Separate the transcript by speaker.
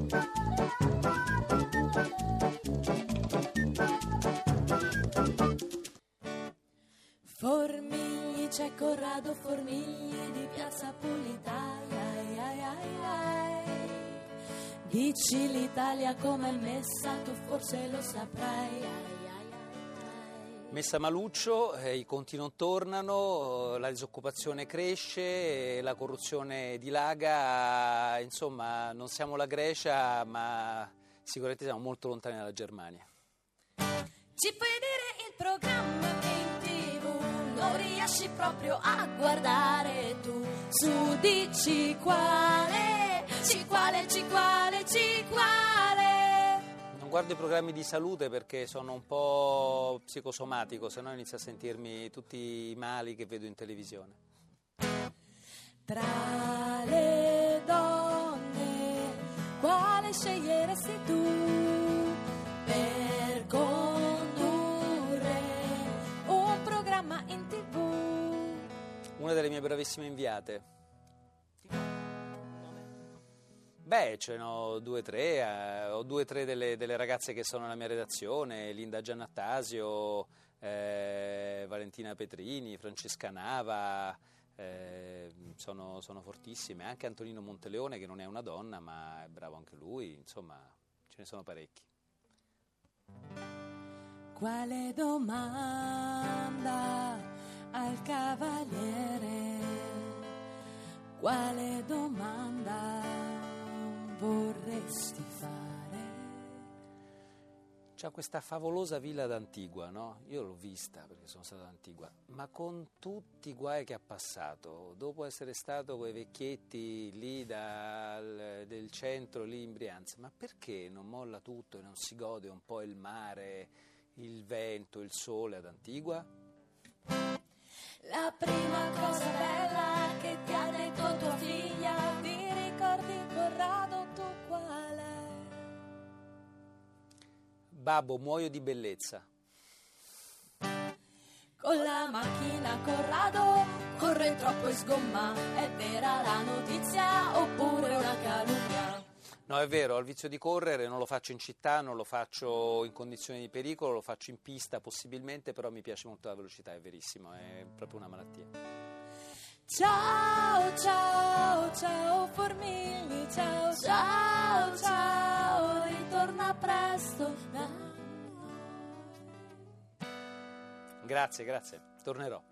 Speaker 1: Formigli, c'è Corrado Formigli di Piazza Pulita, ai, ai, ai, ai. Dici l'Italia com'è messa, tu forse lo saprai, ai, ai, ai.
Speaker 2: Messa maluccio, i conti non tornano, la disoccupazione cresce, la corruzione dilaga, insomma non siamo la Grecia ma sicuramente siamo molto lontani dalla Germania.
Speaker 1: Ci puoi dire il programma che in TV non riesci proprio a guardare tu? Su dici quale,
Speaker 2: Non guardo i programmi di salute perché sono un po' psicosomatico, se no inizio a sentirmi tutti i mali che vedo in televisione.
Speaker 1: Tra le donne, quale sceglieresti tu per condurre un programma in TV?
Speaker 2: Una delle mie bravissime inviate. Beh, ce n'ho due o tre, ho due o tre delle ragazze che sono nella mia redazione, Linda Giannattasio, Valentina Petrini, Francesca Nava, sono fortissime, anche Antonino Monteleone che non è una donna ma è bravo anche lui, insomma ce ne sono parecchi.
Speaker 1: Quale domanda al cavaliere? Quale domanda vorresti fare?
Speaker 2: C'ha questa favolosa villa d'Antigua, no? Io l'ho vista perché sono stato ad Antigua, ma con tutti i guai che ha passato, dopo essere stato con i vecchietti lì del centro, lì in Brianza, ma perché non molla tutto e non si gode un po' il mare, il vento, il sole ad Antigua?
Speaker 1: La prima cosa bella che ti ha detto tua figlia, ti ricordi Corrado, tu qual è?
Speaker 2: Babbo, muoio di bellezza.
Speaker 1: Con la macchina Corrado corre troppo e sgomma, è vera la notizia oppure una calunnia?
Speaker 2: No, è vero, ho il vizio di correre, non lo faccio in città, non lo faccio in condizioni di pericolo, lo faccio in pista possibilmente, però mi piace molto la velocità, è verissimo, è proprio una malattia.
Speaker 1: Ciao, ciao, ciao Formigli, ciao, ciao, ciao, ritorna presto.
Speaker 2: Grazie, tornerò.